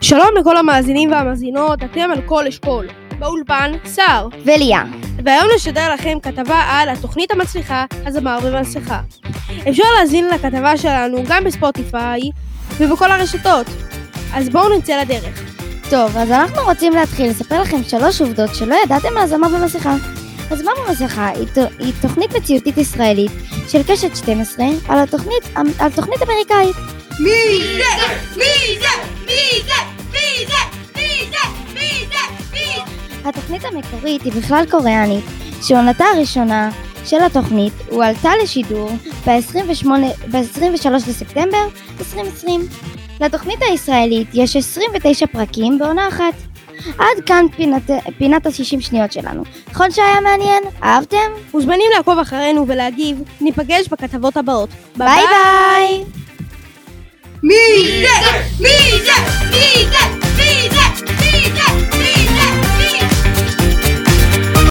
שלום לכל המאזינים והמאזינות, אתם על כל אשכול. באולפן, שר וליה. והיום נשדר לכם כתבה על התוכנית המצליחה, הזמר במסכה. אפשר להזין לכתבה שלנו גם בספוטיפיי ובכל הרשתות. אז בואו נצא לדרך. טוב, אז אנחנו רוצים להתחיל לספר לכם 3 עובדות שלא ידעתם על הזמר במסכה. הזמר במסכה היא תוכנית מציאותית ישראלית של קשת 12 על תוכנית אמריקאית. מי זה? מי זה? מי זה? מי זה? מי זה? מי זה? מי זה? התוכנית המקורית היא בכלל קוריאנית, שעונתה הראשונה של התוכנית הועלתה לשידור ב-23 לספטמבר 2020. לתוכנית הישראלית יש 29 פרקים בעונה אחת. עד כאן פינת ה-60 שניות שלנו. נכון שהיה מעניין? אהבתם? מוזמנים לעקוב אחרינו ולהגיב. ניפגש בכתבות הבאות. ביי ביי! מי זה? מי זה?